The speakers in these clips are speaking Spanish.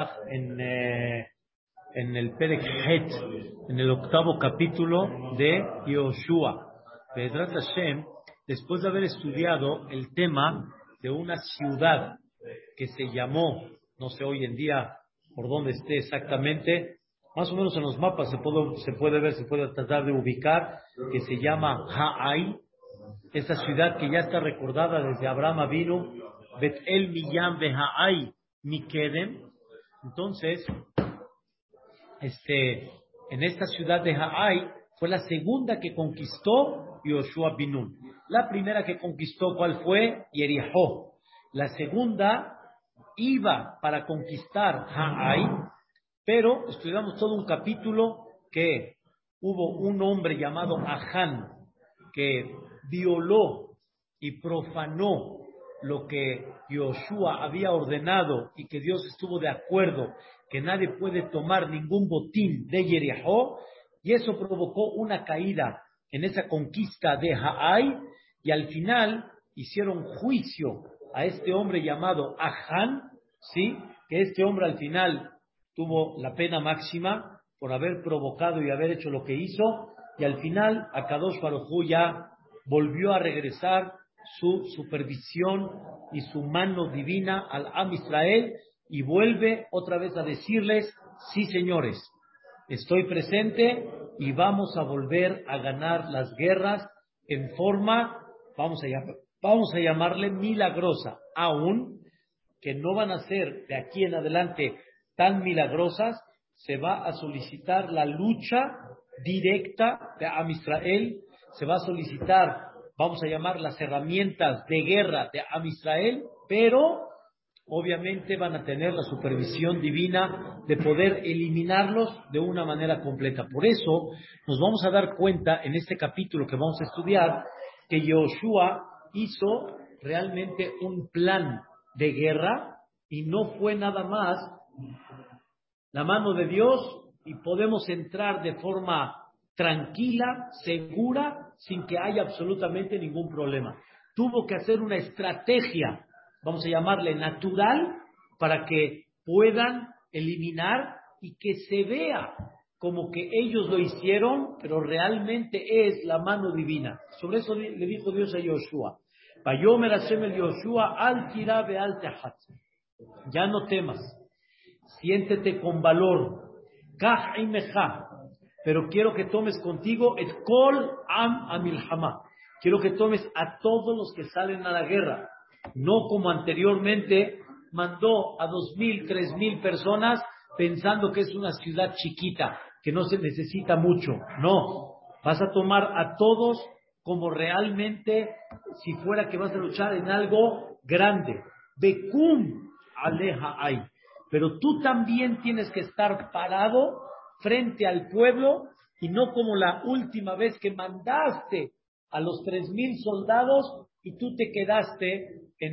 en el Perek Het, en el 8º capítulo de Yoshua. Be'ezrat Hashem, después de haber estudiado el tema de una ciudad que se llamó, no sé hoy en día por dónde esté exactamente, más o menos en los mapas se puede ver, se puede tratar de ubicar, que se llama Ha'ai, esa ciudad que ya está recordada desde Abraham vino, Bet-El Miyam Ha'ai Mikedem. Entonces, en esta ciudad de Ha'ai fue la segunda que conquistó Yoshua bin Nun. La primera que conquistó, ¿cuál fue? Jericó. La segunda iba para conquistar Ha'ai, pero estudiamos todo un capítulo que hubo un hombre llamado Ahán que violó y profanó lo que Yoshua había ordenado y que Dios estuvo de acuerdo que nadie puede tomar ningún botín de Jericó, y eso provocó una caída en esa conquista de Ha'ai, y al final hicieron juicio a este hombre llamado Ahán, ¿sí? Que este hombre al final tuvo la pena máxima por haber provocado y haber hecho lo que hizo, y al final Akadosh Baruj Hu ya volvió a regresar su supervisión y su mano divina al Am Israel, y vuelve otra vez a decirles: sí, señores, estoy presente y vamos a volver a ganar las guerras en forma, vamos a llamarle milagrosa, aún que no van a ser de aquí en adelante tan milagrosas. Se va a solicitar la lucha directa de Am Israel, se va a solicitar, vamos a llamar, las herramientas de guerra de Am Israel, pero obviamente van a tener la supervisión divina de poder eliminarlos de una manera completa. Por eso nos vamos a dar cuenta en este capítulo que vamos a estudiar que Yoshua hizo realmente un plan de guerra y no fue nada más la mano de Dios, y podemos entrar de forma tranquila, segura, sin que haya absolutamente ningún problema. Tuvo que hacer una estrategia, vamos a llamarle natural, para que puedan eliminar y que se vea como que ellos lo hicieron, pero realmente es la mano divina. Sobre eso le dijo Dios a Yoshua: Vayomer Hashem el Yoshua, al tirá be'al tehat. Ya no temas, siéntete con valor, kach imecha, pero quiero que tomes contigo et kol am amilhama. Quiero que tomes a todos los que salen a la guerra, no como anteriormente mandó a 2,000, 3,000 personas pensando que es una ciudad chiquita, que no se necesita mucho. No, vas a tomar a todos como realmente si fuera que vas a luchar en algo grande. Bekum aleja hay. Pero tú también tienes que estar parado frente al pueblo, y no como la última vez que mandaste a los 3,000 soldados y tú te quedaste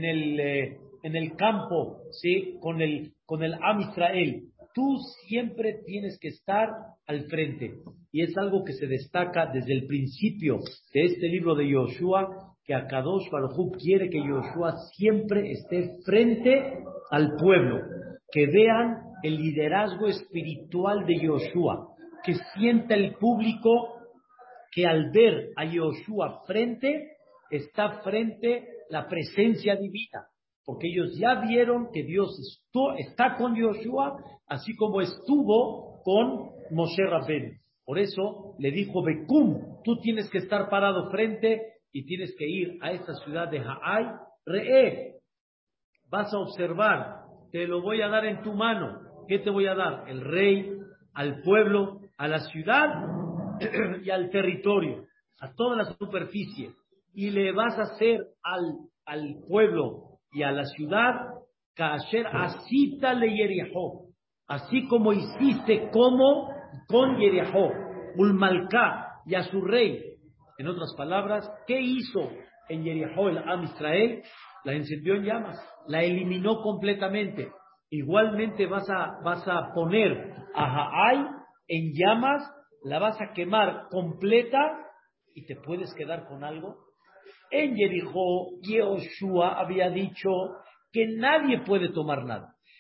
en el campo, ¿sí? Con el Am Israel. Tú siempre tienes que estar al frente. Y es algo que se destaca desde el principio de este libro de Yoshua, que Akadosh Baruj Hu quiere que Yoshua siempre esté frente al pueblo, que vean el liderazgo espiritual de Yoshua, que sienta el público que al ver a Yoshua frente, está frente la presencia divina, porque ellos ya vieron que Dios está con Yoshua, así como estuvo con Moshe Rabbeinu. Por eso le dijo: Bekum, tú tienes que estar parado frente y tienes que ir a esta ciudad de Ha'ai. Re'e, vas a observar, te lo voy a dar en tu mano. ¿Qué te voy a dar? El rey, al pueblo, a la ciudad y al territorio, a toda la superficie. Y le vas a hacer al pueblo y a la ciudad, Kasher asita le Jericó, así como hiciste con Jericó, Ulmalká, y a su rey. En otras palabras, ¿qué hizo en Jericó el Am Israel? La encendió en llamas, la eliminó completamente. Igualmente vas a poner a Ha'ai en llamas, la vas a quemar completa, y te puedes quedar con algo. En Jericó, Yoshua había dicho que nadie puede tomar nada.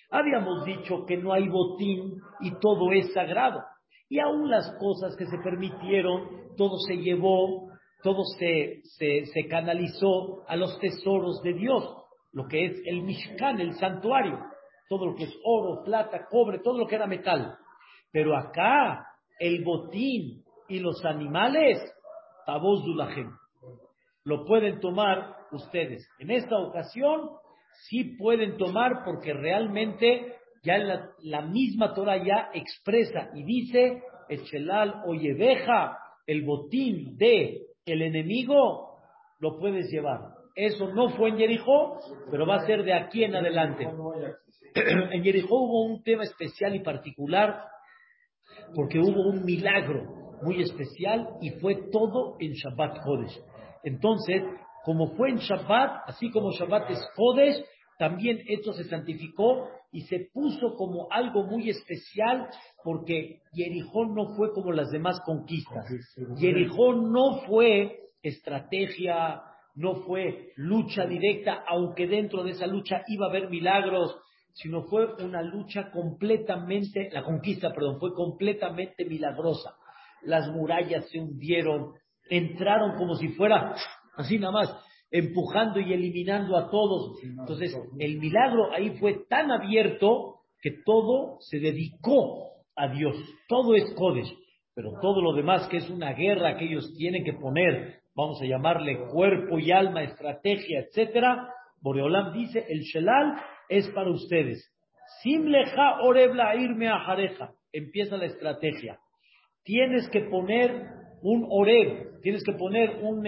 Habíamos dicho que no hay botín y todo es sagrado. Y aún las cosas que se permitieron, todo se llevó, todo se canalizó a los tesoros de Dios, lo que es el Mishkan, el santuario, todo lo que es oro, plata, cobre, todo lo que era metal. Pero acá, el botín y los animales, tabos dulajem, lo pueden tomar ustedes. En esta ocasión, sí pueden tomar porque realmente ya la misma Torah ya expresa y dice, Echelal oyeveja, el botín de el enemigo, lo puedes llevar. Eso no fue en Jericó, pero va a ser de aquí en adelante. En Jericó hubo un tema especial y particular porque hubo un milagro muy especial y fue todo en Shabbat Kodesh. Entonces, como fue en Shabbat, así como Shabbat es Kodesh, también esto se santificó y se puso como algo muy especial porque Jericó no fue como las demás conquistas. Jericó no fue estrategia, no fue lucha directa, aunque dentro de esa lucha iba a haber milagros, sino fue una lucha completamente, la conquista, perdón, fue completamente milagrosa. Las murallas se hundieron, entraron como si fuera, así nada más, empujando y eliminando a todos. Entonces, el milagro ahí fue tan abierto que todo se dedicó a Dios. Todo es Kodesh, pero todo lo demás que es una guerra que ellos tienen que poner, vamos a llamarle cuerpo y alma, estrategia, etcétera. Boreolam dice, el Shelal es para ustedes. Simleja orebla irme a jareja. Empieza la estrategia. Tienes que poner un oreb, tienes que poner un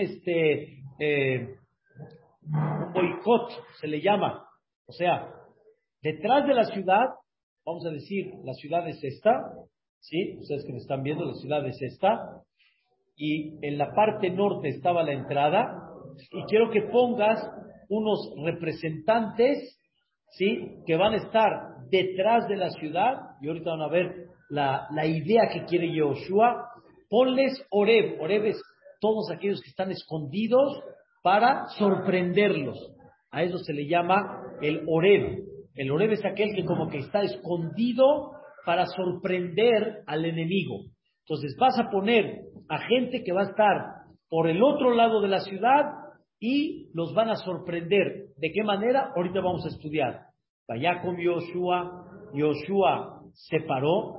boicot, se le llama. O sea, detrás de la ciudad, vamos a decir, la ciudad es esta, ¿sí? Ustedes que me están viendo, la ciudad es esta, y en la parte norte estaba la entrada, y quiero que pongas unos representantes, ¿sí? Que van a estar detrás de la ciudad, y ahorita van a ver la idea que quiere Yoshua. Ponles Oreb. Oreb es todos aquellos que están escondidos para sorprenderlos. A eso se le llama el Oreb. El Oreb es aquel que como que está escondido para sorprender al enemigo. Entonces vas a poner a gente que va a estar por el otro lado de la ciudad y los van a sorprender. ¿De qué manera? Ahorita vamos a estudiar. Vaya con Yoshua. Yoshua se paró.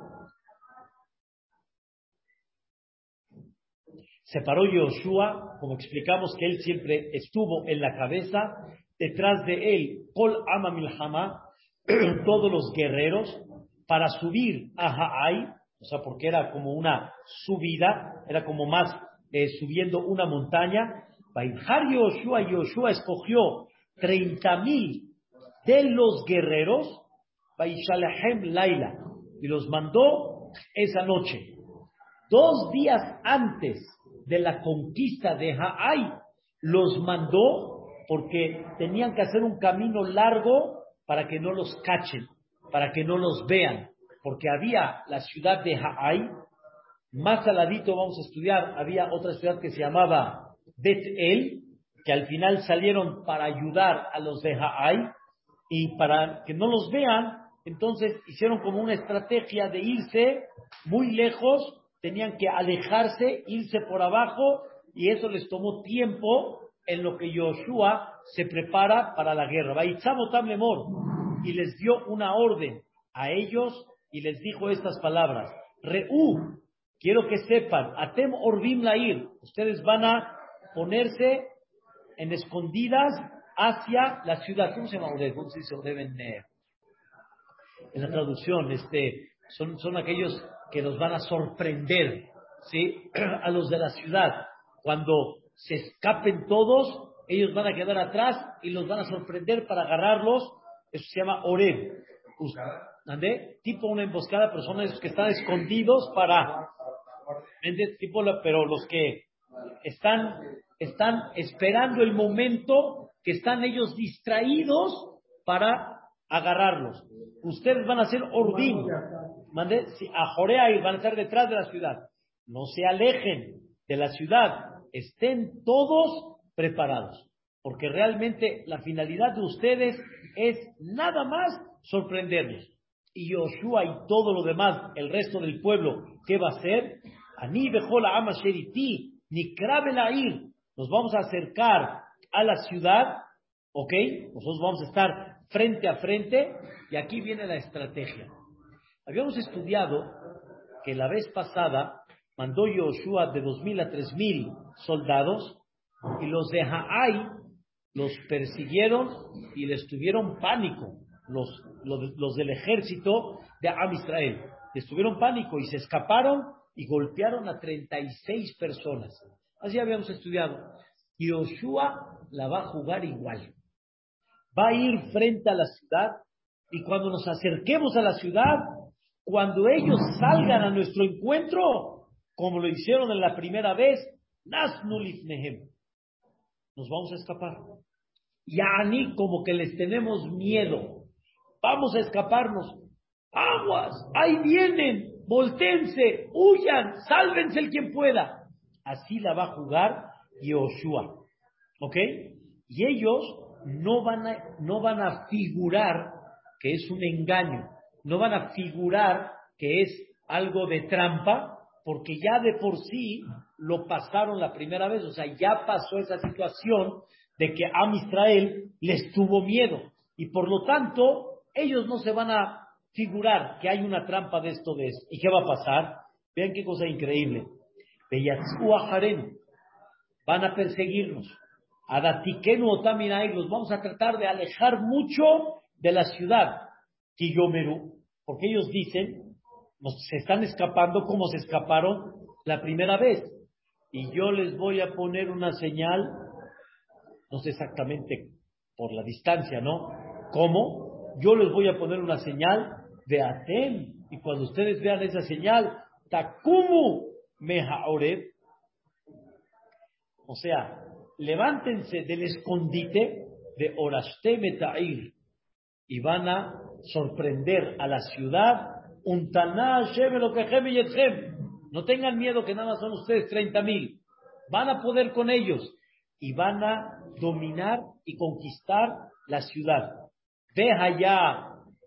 Se paró Yoshua, como explicamos que él siempre estuvo en la cabeza, detrás de él, Kol Ama Milhama, todos los guerreros, para subir a Ha'ai, o sea, porque era como una subida, era como más subiendo una montaña. Vaimhar Yoshua, Yoshua escogió 30,000 de los guerreros, Vaishalehem Laila, y los mandó esa noche. 2 días antes de la conquista de Ha'ai, los mandó porque tenían que hacer un camino largo para que no los cachen, para que no los vean, porque había la ciudad de Ha'ai, más al ladito vamos a estudiar, había otra ciudad que se llamaba Bet-El, que al final salieron para ayudar a los de Ha'ai, y para que no los vean, entonces hicieron como una estrategia de irse muy lejos, tenían que alejarse, irse por abajo, y eso les tomó tiempo en lo que Yoshua se prepara para la guerra. Vaitzamo Lemor, y les dio una orden a ellos y les dijo estas palabras: Reú, quiero que sepan, Atem Orbim Lair, ustedes van a ponerse en escondidas hacia la ciudad. ¿Cómo se llama Oreb? ¿Cómo se dice Oreb en la traducción? Son aquellos que nos van a sorprender, ¿sí? A los de la ciudad. Cuando se escapen todos, ellos van a quedar atrás y los van a sorprender para agarrarlos. Eso se llama Oreb. ¿Andé? Tipo una emboscada, pero son esos que están escondidos para... pero los que están esperando el momento, que están ellos distraídos para agarrarlos. Ustedes van a ser Orbim, a Jorea y van a estar detrás de la ciudad. No se alejen de la ciudad, estén todos preparados, porque realmente la finalidad de ustedes es nada más sorprendernos. Y Yoshua y todo lo demás, el resto del pueblo, ¿qué va a hacer? Ani bejola ama sheriti, ni krabe la ir. Nos vamos a acercar a la ciudad, ¿ok? Nosotros vamos a estar frente a frente, y aquí viene la estrategia. Habíamos estudiado que la vez pasada mandó Yoshua de 2,000 a 3,000 soldados, y los de Ha'ai los persiguieron y les tuvieron pánico, los del ejército de Am Israel. Les tuvieron pánico y se escaparon y golpearon a 36 personas. Así habíamos estudiado. Y Yoshua la va a jugar igual. Va a ir frente a la ciudad, y cuando nos acerquemos a la ciudad, cuando ellos salgan a nuestro encuentro, como lo hicieron en la primera vez, Nasnu lifnehem, nos vamos a escapar. Yani, como que les tenemos miedo. Vamos a escaparnos. Aguas, ahí vienen, voltéense, huyan, sálvense el quien pueda. Así la va a jugar Yoshua. ¿Ok? Y ellos no van a figurar que es un engaño, no van a figurar que es algo de trampa, porque ya de por sí lo pasaron la primera vez. O sea, ya pasó esa situación de que Am Israel les tuvo miedo, y por lo tanto ellos no se van a figurar que hay una trampa de esto. ¿Y qué va a pasar? Vean qué cosa increíble. Beyatzu ajarenu, van a perseguirnos. Adatikenu otaminai, los vamos a tratar de alejar mucho de la ciudad. Kiyomeru, porque ellos dicen, se están escapando como se escaparon la primera vez. Y yo les voy a poner una señal, no sé exactamente por la distancia, ¿no? ¿Cómo? Yo les voy a poner una señal de Atem, y cuando ustedes vean esa señal, Takumu Mehaoreb, o sea, levántense del escondite de Orashte Metair, y van a sorprender a la ciudad. No tengan miedo, que nada más son ustedes 30,000. Van a poder con ellos y van a dominar y conquistar la ciudad. Deja ya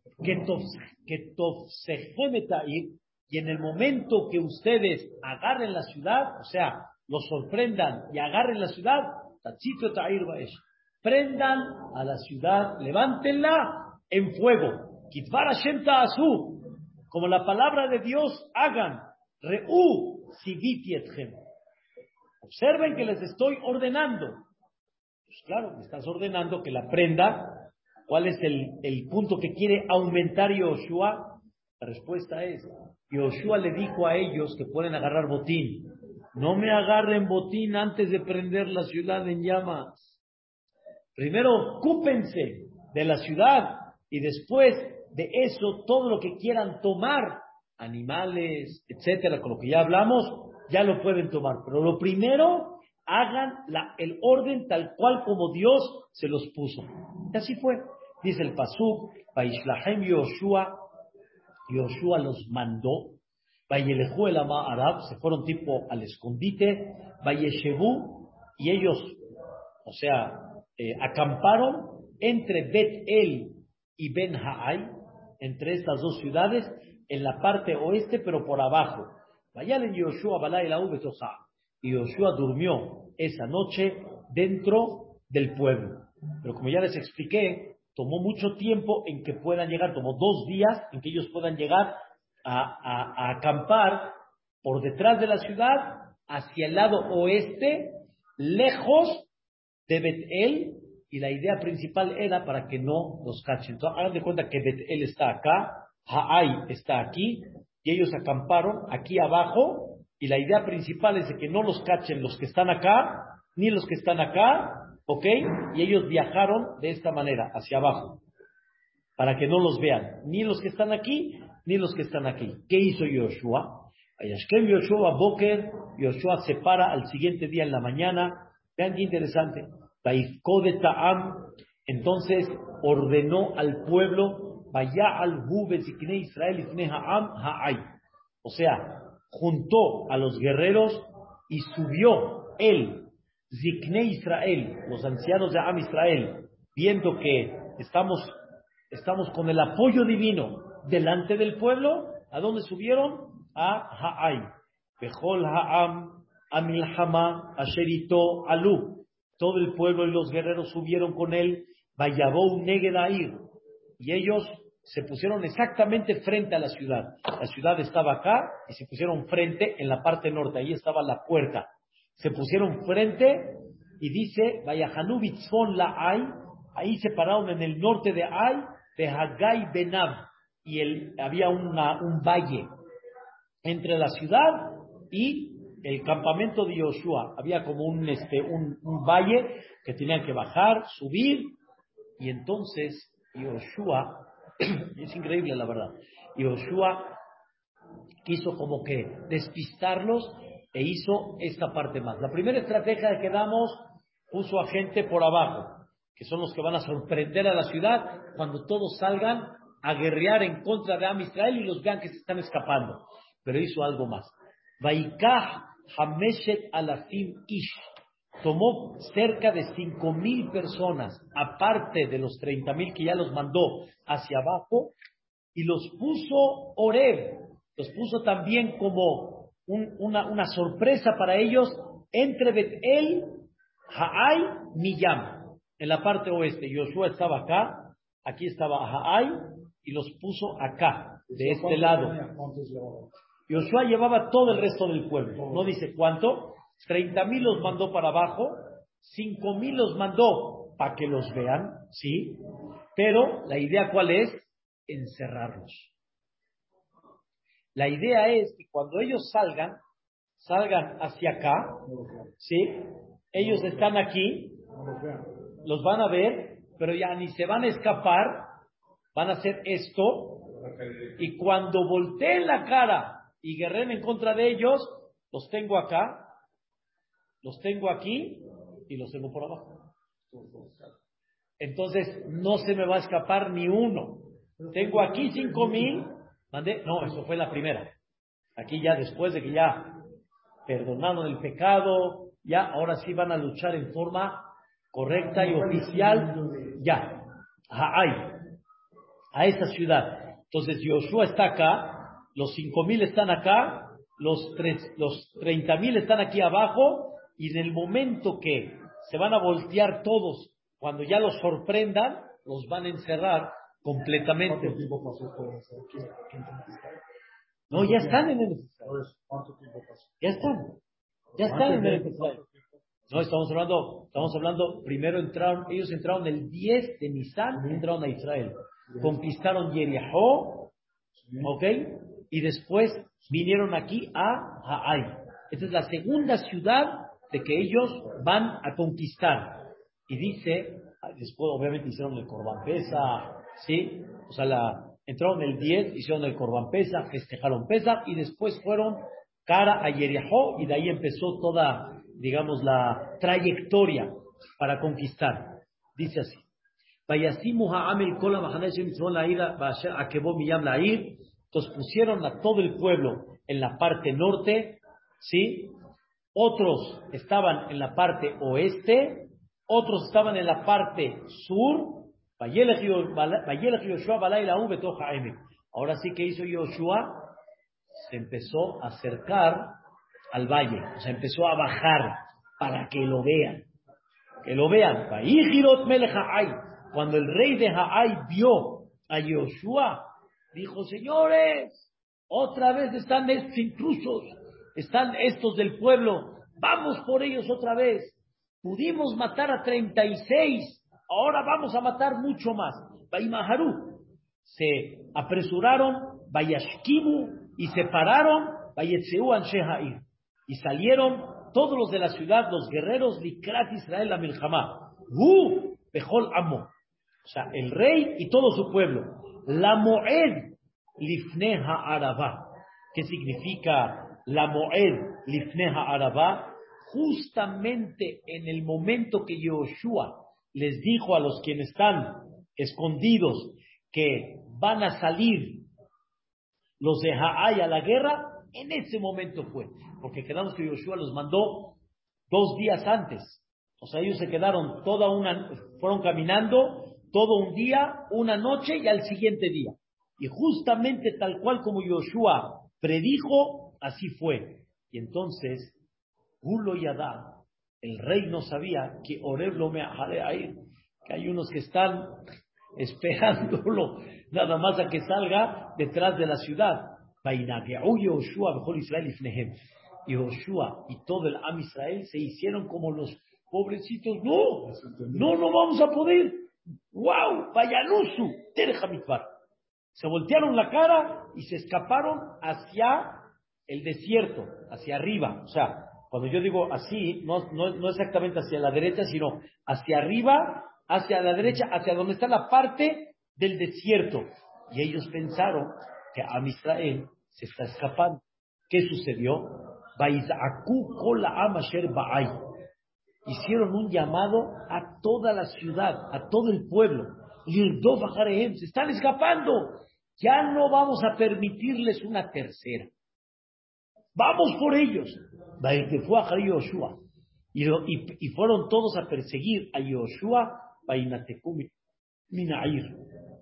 que Tofsejemetair, y en el momento que ustedes agarren la ciudad, o sea, los sorprendan y agarren la ciudad, Tatzito Ta'ir Baesh, prendan a la ciudad, levántenla en fuego. Kitvar Hashem Ta'asu, como la palabra de Dios, hagan. Re'u Siviti Etchem. Observen que les estoy ordenando. Pues claro, me estás ordenando que la prenda. ¿Cuál es el punto que quiere aumentar Yoshua? La respuesta es, Yoshua le dijo a ellos que pueden agarrar botín. No me agarren botín antes de prender la ciudad en llamas. Primero ocúpense de la ciudad, y después de eso, todo lo que quieran tomar, animales, etcétera, con lo que ya hablamos, ya lo pueden tomar. Pero lo primero, hagan el orden tal cual como Dios se los puso. Y así fue. Dice el Pasuk, Vaishlahem Yoshua, Yoshua los mandó, Vayelehu el Ama Arab, se fueron tipo al escondite, Vayeshevu, y ellos, o sea, acamparon entre Bet-El y Ben-Haai, entre estas dos ciudades, en la parte oeste, pero por abajo. Vayalen Yoshua Balai la Ubetoja, y Yoshua durmió esa noche dentro del pueblo. Pero como ya les expliqué, tomó mucho tiempo en que puedan llegar, tomó 2 días en que ellos puedan llegar a acampar por detrás de la ciudad, hacia el lado oeste, lejos de Bet-El, y la idea principal era para que no los cachen. Entonces, hagan de cuenta que Bet-El está acá, Haai está aquí, y ellos acamparon aquí abajo, y la idea principal es de que no los cachen los que están acá, ni los que están acá, ¿ok? Y ellos viajaron de esta manera, hacia abajo, para que no los vean, ni los que están aquí, ni los que están aquí. ¿Qué hizo Yoshua? Ayashkem Yoshua Boker, Yoshua se para al siguiente día en la mañana. Vean qué interesante. Taifkode Ta'am, entonces ordenó al pueblo, vaya al Hube Zikne Israel Ifne Ha'am Ha'ay. O sea, juntó a los guerreros y subió él, Zikne Israel, los ancianos de Am Israel, viendo que estamos estamos con el apoyo divino delante del pueblo. ¿A dónde subieron? A Ha'ai. Bejol Ha'am, Amilhama, Asherito, Alú. Todo el pueblo y los guerreros subieron con él. Vayabou Negedair. Y ellos se pusieron exactamente frente a la ciudad. La ciudad estaba acá y se pusieron frente en la parte norte. Ahí estaba la puerta. Se pusieron frente y dice, Vayahanu Bitzfon la Ay. Ahí se pararon en el norte de Ay, de Hagai Benab. Y había un valle entre la ciudad y el campamento de Yoshua. Había como un valle que tenían que bajar, subir. Y entonces Yoshua, es increíble la verdad, Yoshua quiso como que despistarlos e hizo esta parte más. La primera estrategia que damos, puso a gente por abajo, que son los que van a sorprender a la ciudad cuando todos salgan a guerrear en contra de Am Israel y los vean que se están escapando. Pero hizo algo más. Vaikah Hameshet Alafim Ish. Tomó cerca de 5,000 personas, aparte de los 30,000 que ya los mandó hacia abajo, y los puso Oreb. Los puso también como una sorpresa para ellos entre Bet-El, Ha'ai, Miyam, en la parte oeste. Yoshua estaba acá, aquí estaba Ha'ai, y los puso acá, de este lado. Yoshua llevaba todo el resto del pueblo. No dice cuánto. 30,000 los mandó para abajo, 5,000 los mandó para que los vean, ¿sí? Pero la idea ¿cuál es? Encerrarlos. La idea es que cuando ellos salgan hacia acá, ¿sí? Ellos están aquí, los van a ver, pero ya ni se van a escapar, van a hacer esto, y cuando volteen la cara y guerren en contra de ellos, los tengo acá, los tengo aquí y los tengo por abajo. Entonces no se me va a escapar ni uno. Tengo aquí 5,000. No, eso fue la primera. Aquí ya después de que ya perdonaron el pecado, ya ahora sí van a luchar en forma correcta y oficial. Ya, a esta ciudad. Entonces Yoshua está acá, los 5,000 están acá, los 30,000 están aquí abajo. Y en el momento que se van a voltear todos, cuando ya los sorprendan, los van a encerrar completamente. ¿Cuánto tiempo pasó esto? No, ya están en el Israel. ¿Cuánto tiempo pasó? Ya están en el Israel. No, estamos hablando, primero ellos entraron el 10 de Nisan, entraron a Israel. Conquistaron Jericó, ¿ok? Y después vinieron aquí a Ha'ai. Esta es la segunda ciudad de que ellos van a conquistar. Y dice, después obviamente hicieron el Corban Pesach, ¿sí? O sea, entraron el 10, hicieron el Corban Pesach, festejaron Pesach, y después fueron cara a Jericó, y de ahí empezó toda, digamos, la trayectoria para conquistar. Dice así, Vayasimu ha'amel kol ha'machane shem tzvon la'ira ba'asher akebo miyam la'ir. Entonces pusieron a todo el pueblo en la parte norte, ¿sí? Otros estaban en la parte oeste, otros estaban en la parte sur. Ahora sí que hizo Yoshua, se empezó a acercar al valle, o sea, empezó a bajar para que lo vean. Que lo vean. Cuando el rey de Ha'ai vio a Yoshua, dijo, señores, otra vez están estos intrusos, están estos del pueblo, vamos por ellos otra vez. Pudimos matar a 36, ahora vamos a matar mucho más. Vaimaharu, se apresuraron, Vayashkimu, y se pararon, Vayetzeu Anshe Ha'ir, y salieron todos los de la ciudad, los guerreros, Likrat Israel la Milhamá, Bejol Amo, o sea, el rey y todo su pueblo. La Moed Lifne Ha'arabá. ¿Qué significa la Moed Lifne Ha'arabá? Justamente en el momento que Yoshua les dijo a los quienes están escondidos que van a salir los de Ha'ai a la guerra, en ese momento fue. Porque quedamos que Yoshua los mandó 2 días antes. O sea, ellos se quedaron fueron caminando todo un día, una noche y al siguiente día. Y justamente tal cual como Yoshua predijo, así fue. Y entonces, Gulo Yadá, el rey no sabía que Oreb lo me ahí, que hay unos que están esperándolo nada más a que salga detrás de la ciudad. Y Joshua y todo el Am Israel se hicieron como los pobrecitos. No vamos a poder. ¡Wow! Vayanusu, Terja Mitbar. Se voltearon la cara y se escaparon hacia el desierto, hacia arriba. O sea, cuando yo digo así, no exactamente hacia la derecha, sino hacia arriba, hacia la derecha, hacia donde está la parte del desierto. Y ellos pensaron que Am Israel se está escapando. ¿Qué sucedió? Baizaku kol ha'am asher ba'ay. Hicieron un llamado a toda la ciudad, a todo el pueblo. Lirdof acharehem, se están escapando. Ya no vamos a permitirles una tercera. Vamos por ellos. Fue a Yoshua. Y fueron todos a perseguir a Yoshua, Minair.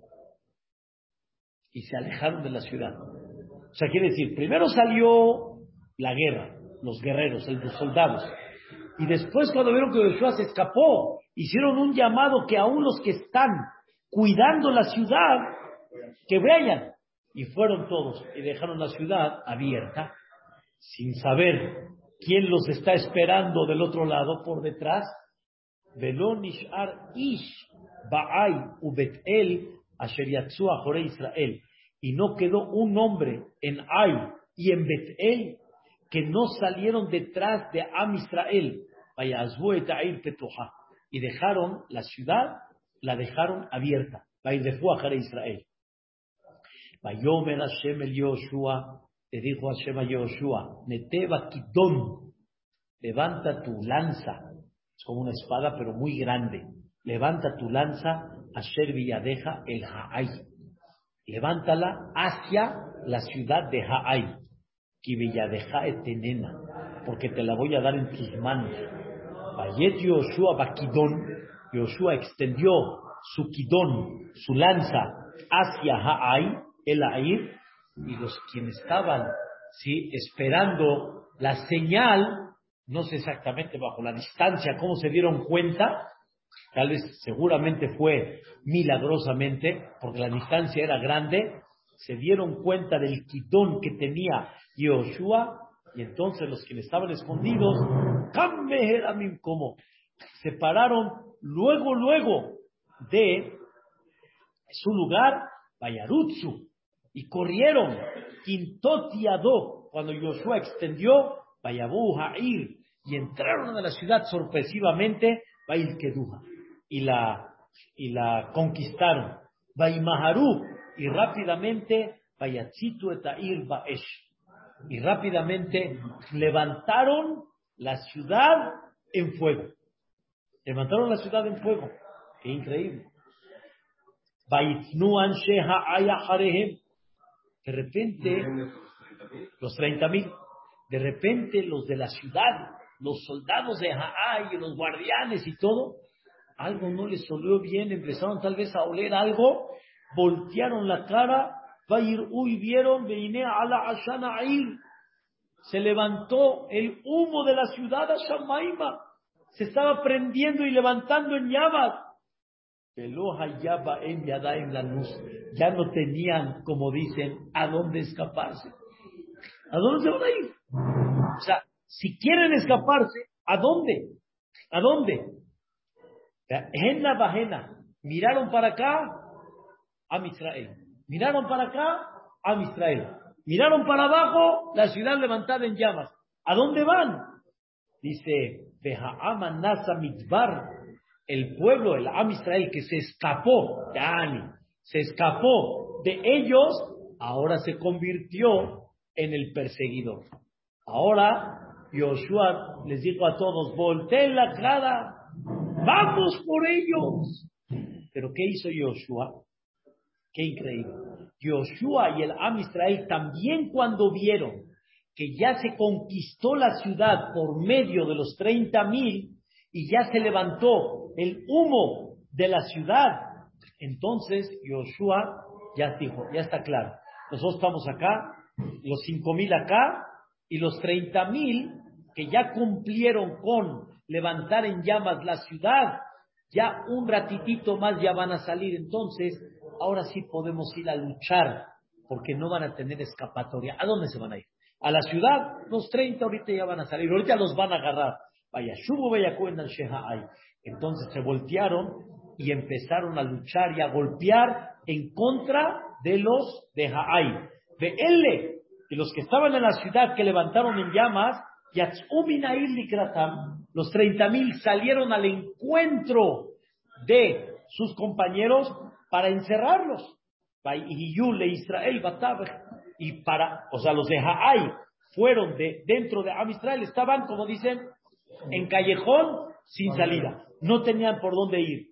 Y se alejaron de la ciudad. O sea, quiere decir, primero salió la guerra, los guerreros, los soldados. Y después, cuando vieron que Yoshua se escapó, hicieron un llamado que aún los que están cuidando la ciudad, que vayan. Y fueron todos y dejaron la ciudad abierta, sin saber quién los está esperando del otro lado, por detrás. Velo nishar ish ba'ay ubetel asher yatzu ajore Israel. Y no quedó un hombre en Ay y en Betel que no salieron detrás de Am Israel. Y dejaron la ciudad, la dejaron abierta. Israel. Vayomer Hashem el Yoshua, le dijo Hashem a Yoshua, Neteva Kidón, levanta tu lanza, es como una espada pero muy grande, levanta tu lanza, Asher Villadeja el Ha'ay, levántala hacia la ciudad de Ha'ay, Ki Villadeja etenena, porque te la voy a dar en tus manos. Vayet Yoshua Bakidón, Yoshua extendió su Kidón, su lanza, hacia Ha'ay, el Air, y los quienes estaban esperando la señal, no sé exactamente bajo la distancia cómo se dieron cuenta, tal vez seguramente fue milagrosamente, porque la distancia era grande, se dieron cuenta del quitón que tenía Yoshua, y entonces los que estaban escondidos, como se pararon luego de su lugar, Bayarutsu, y corrieron, Quintotiado, cuando Yoshua extendió, Bayabu Ha'ir, y entraron a la ciudad sorpresivamente, Bailkeduha, y la conquistaron, Baimaharu, y rápidamente, Bayatzitu etair Baesh, y rápidamente levantaron la ciudad en fuego. Levantaron la ciudad en fuego. Qué increíble. De repente, los 30,000, de repente los de la ciudad, los soldados de Ha'ay, los guardianes y todo, algo no les olió bien, empezaron tal vez a oler algo, voltearon la cara, vieron, se levantó el humo de la ciudad a Shamaima, se estaba prendiendo y levantando en llamas. Ya no tenían, como dicen, a dónde escaparse. ¿A dónde se van a ir? O sea, si quieren escaparse, ¿a dónde? ¿A dónde? Henna Bajena. Miraron para acá, Am Israel. Miraron para acá, Am Israel. Miraron para abajo, la ciudad levantada en llamas. ¿A dónde van? Dice, Beha'am Nasa Mitzbar. El pueblo, el Am Israel, que se escapó, se escapó de ellos, ahora se convirtió en el perseguidor. Ahora, Yoshua les dijo a todos, volteen la cara, vamos por ellos. Pero ¿qué hizo Yoshua? Qué increíble. Yoshua y el Am Israel también, cuando vieron que ya se conquistó la ciudad por medio de los 30,000 y ya se levantó el humo de la ciudad, Entonces Yoshua ya dijo, ya está claro, nosotros estamos acá, los 5,000 acá, y los 30,000 que ya cumplieron con levantar en llamas la ciudad, ya un ratitito más ya van a salir. Entonces, ahora sí podemos ir a luchar, porque no van a tener escapatoria. ¿A dónde se van a ir? A la ciudad, los 30 ahorita ya van a salir, ahorita los van a agarrar. Vaya, Shubu vaya cuentan Shehai. Entonces se voltearon y empezaron a luchar y a golpear en contra de los de Haai. De L, y los que estaban en la ciudad que levantaron en llamas, los 30,000 salieron al encuentro de sus compañeros para encerrarlos. Y o sea, los de Haai fueron dentro de Am Israel, estaban, como dicen, en callejón sin salida. No tenían por dónde ir.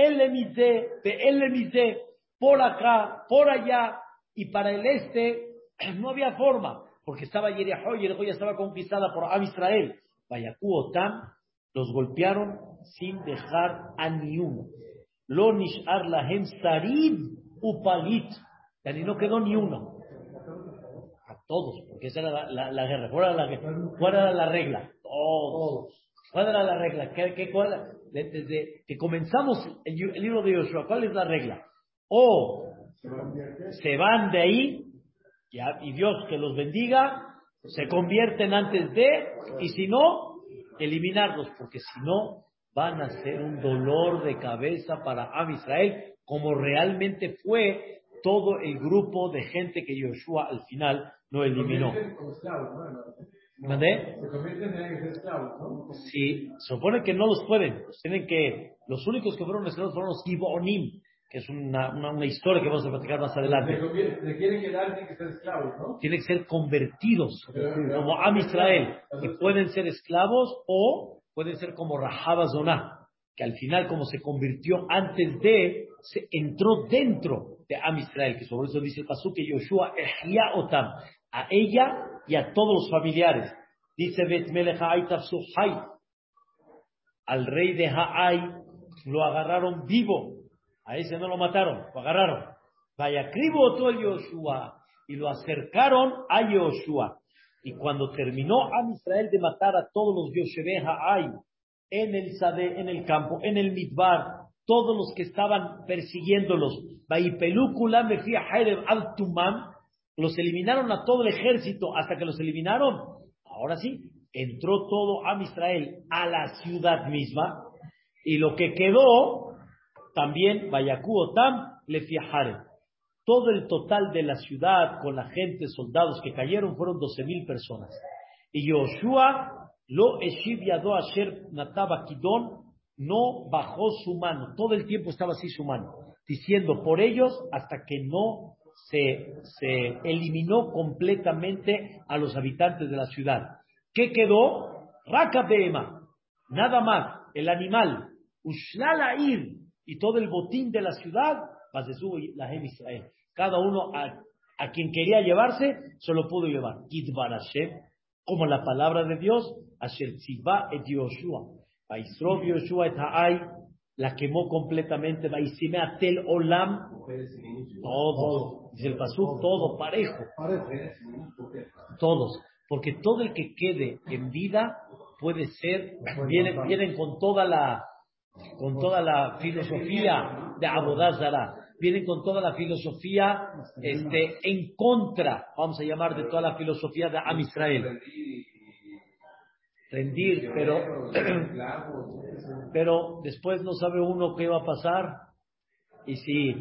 El por acá, por allá, y para el este no había forma, porque estaba Yerijo, Yerijo ya estaba conquistada por Am Israel. Vayakú Otam, los golpearon sin dejar a ni uno. Lo nishar lahem sarid upalit. Ya ni no quedó ni uno. A todos, porque esa era la guerra. ¿Cuál era la regla? Todos. ¿Cuál era la regla? Desde que comenzamos el libro de Yoshua, ¿cuál es la regla? O se van de ahí, y Dios que los bendiga, se convierten antes de, y si no, eliminarlos, porque si no, van a ser un dolor de cabeza para Am Israel, como realmente fue todo el grupo de gente que Yoshua al final no eliminó. ¿Mandé? Se convierten en esclavos, ¿no? Sí, se supone que no los pueden. Los únicos que fueron esclavos fueron los Gibeonim, que es una historia que vamos a platicar más adelante. Le quieren quedar, tienen que ser esclavos, ¿no? Tienen que ser convertidos como Am Israel, y pueden ser esclavos o pueden ser como Rahab Zoná, que al final, como se convirtió antes de, se entró dentro de Am Israel, que sobre eso dice el pasuk que Yoshua Ehya Otam, a ella y a todos los familiares. Dice Bet Melech Ha'ai Tafsu Hay, al rey de Ha'ai lo agarraron vivo, a ese no lo mataron, lo agarraron. Vaya cribo todo el Yoshua, y lo acercaron a Yoshua. Y cuando terminó Am Israel de matar a todos los Yoshevei Ha'ai, en el Sade, en el campo, en el Midbar, todos los que estaban persiguiéndolos, Vaipelúcula Mefia Haireb Altumam, los eliminaron a todo el ejército hasta que los eliminaron. Ahora sí, entró todo Am Israel a la ciudad misma, y lo que quedó también, Vayakú Otam Lefiahare. Todo el total de la ciudad, con la gente, soldados que cayeron, fueron 12,000 personas. Y Yoshua lo eshiv yado asher nataba kidon, no bajó su mano, todo el tiempo estaba así su mano, diciendo por ellos hasta que no se eliminó completamente a los habitantes de la ciudad. ¿Qué quedó? Raka Behema, nada más, el animal, Ushlalair, y todo el botín de la ciudad, Lahem Israel. Cada uno a quien quería llevarse, se lo pudo llevar. Idbar Hashem, como la palabra de Dios, Asher Tziva et Yoshua. Vaisrov Yoshua et Ha'ai, la quemó completamente. Vaisimea tel olam, todos. Dice el pasuk, todo, parejo. Todos. Porque todo el que quede en vida puede ser, vienen con toda la filosofía de Abodá Zará, vienen con toda la filosofía en contra, vamos a llamar, de toda la filosofía de Am Israel. Rendir, pero después no sabe uno qué va a pasar, y si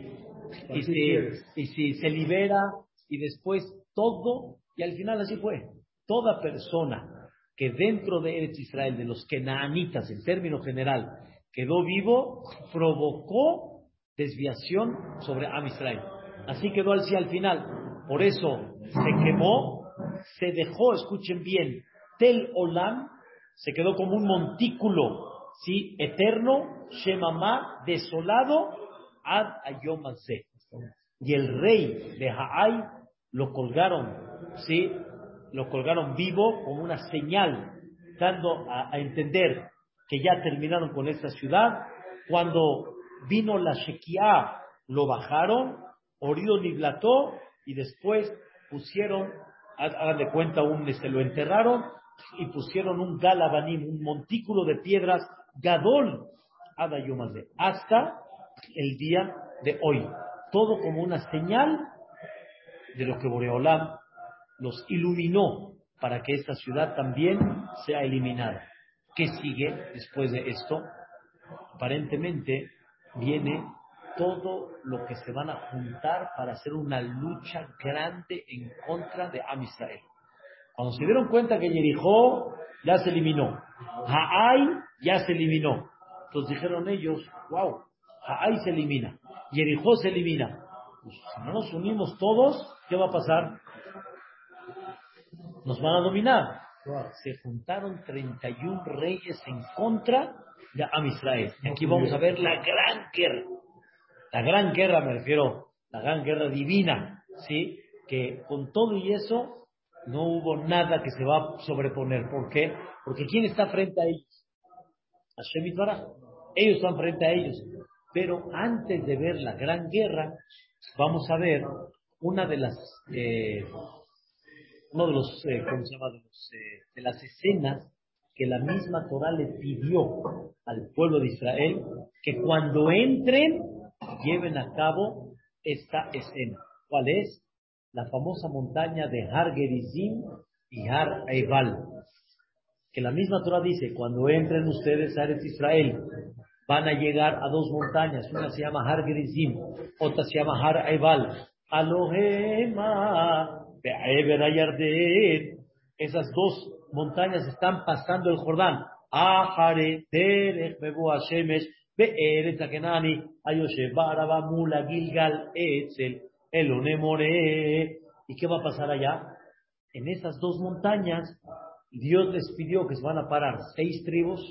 se libera, y después todo, y al final así fue. Toda persona que dentro de Eretz Israel, de los kenaanitas en término general, quedó vivo, provocó desviación sobre Am Israel. Así quedó así al final. Por eso se quemó, se dejó, escuchen bien, Tel Olam, se quedó como un montículo, ¿sí? Eterno, Shemamá, desolado, Ad Ayom Hazeh. Y el rey de Ha'ai lo colgaron, ¿sí? Lo colgaron vivo como una señal, dando a entender que ya terminaron con esta ciudad. Cuando vino la Shekiah lo bajaron, Orido Niblató, y después pusieron, hagan de cuenta, se lo enterraron y pusieron un galabanim, un montículo de piedras, Gadol, Adayomazé, hasta el día de hoy. Todo como una señal de lo que Boreolam los iluminó para que esta ciudad también sea eliminada. ¿Qué sigue después de esto? Aparentemente viene todo lo que se van a juntar para hacer una lucha grande en contra de Am Israel. Cuando se dieron cuenta que Jericó ya se eliminó, Haai ya se eliminó, entonces dijeron ellos, wow, Haai se elimina, Jericó se elimina. Pues, si no nos unimos todos, ¿qué va a pasar? Nos van a dominar. Se juntaron 31 reyes en contra de Am Israel. Y aquí vamos a ver la gran guerra. La gran guerra, me refiero, la gran guerra divina, ¿sí? Que con todo y eso no hubo nada que se va a sobreponer. ¿Por qué? Porque ¿quién está frente a ellos? Hashem Yitbaraj. Ellos están frente a ellos. Pero antes de ver la gran guerra, vamos a ver una de las uno de los, ¿cómo se llama? De las escenas que la misma Torah le pidió al pueblo de Israel que cuando entren lleven a cabo esta escena. ¿Cuál es? La famosa montaña de Har Gerizim y Har Eibal. Que la misma Torah dice, cuando entren ustedes a Eretz Israel, van a llegar a dos montañas. Una se llama Har Gerizim, otra se llama Har Eibal. Alohema Be'eber Ayarden. Esas dos montañas están pasando el Jordán. Ahare Terech Bebu Hashemesh Be'eretz Akenani Ayoshe Baraba Mula Gilgal Etzel Elone More. ¿Y qué va a pasar allá? En esas dos montañas Dios les pidió que se van a parar 6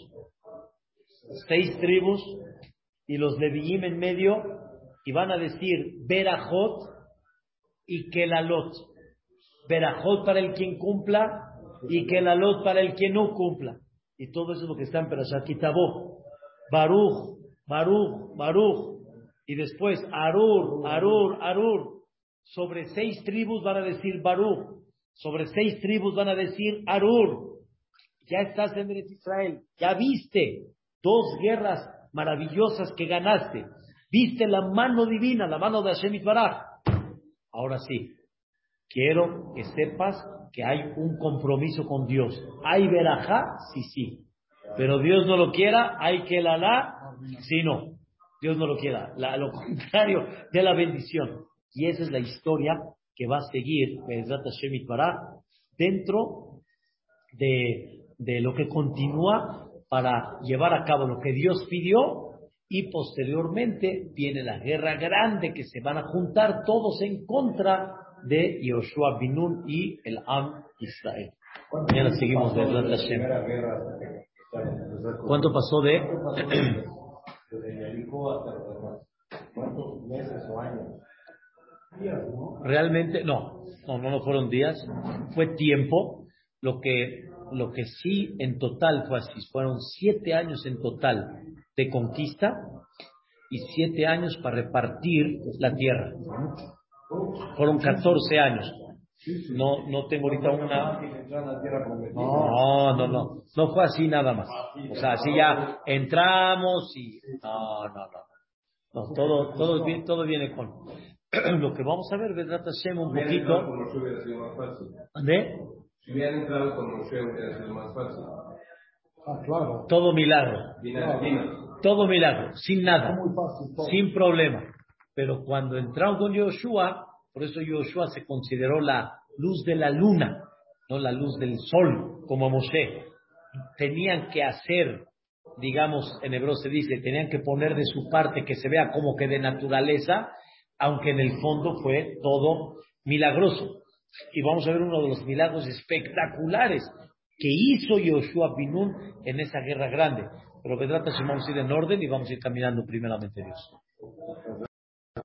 tribus y los Leviim en medio y van a decir Berajot y Kelalot. Berajot para el quien cumpla y Kelalot para el quien no cumpla. Y todo eso es lo que está en Perashat Kitabó. Baruch, Baruch, Baruch. Y después Arur, Arur, Arur. Sobre 6 tribus van a decir Baruch. Sobre 6 tribus van a decir Arur. Ya estás en Eretz Israel. Ya viste 2 guerras maravillosas que ganaste. Viste la mano divina, la mano de Hashem Yitbaraj. Ahora sí, quiero que sepas que hay un compromiso con Dios. Hay verajá, sí. Pero Dios no lo quiera, hay que sí, no. Dios no lo quiera. Lo contrario de la bendición. Y esa es la historia que va a seguir Be'ezrat Hashem Yitbaraj dentro de lo que continúa para llevar a cabo lo que Dios pidió. Y posteriormente viene la guerra grande que se van a juntar todos en contra de Yoshua bin Nun y el Am Israel. Mañana seguimos de Hashem. ¿Cuánto pasó de? Desde Jericó hasta los demás. ¿Cuántos meses o años? Días, ¿no? Realmente no fueron días, fue tiempo. Lo que sí en total fue así, fueron 7 años en total de conquista y 7 años para repartir la tierra. Fueron 14 años. No tengo ahorita una. No fue así nada más. O sea, así ya entramos y no, todo viene con. Lo que vamos a ver, Vedrat Hashem, un poquito. ¿De? Si hubieran entrado con Moshe hubiera sido más fácil. Claro. Todo milagro. Todo milagro, sin nada. Muy fácil, todo. Sin problema. Pero cuando entraron con Yoshua, por eso Yoshua se consideró la luz de la luna, no la luz del sol, como Moshe. Tenían que hacer, digamos, en hebreo se dice, tenían que poner de su parte que se vea como que de naturaleza, aunque en el fondo fue todo milagroso. Y vamos a ver uno de los milagros espectaculares que hizo Yoshua bin Nun en esa guerra grande. Pero Vedrat Hashem, vamos a ir en orden y vamos a ir caminando primeramente Dios.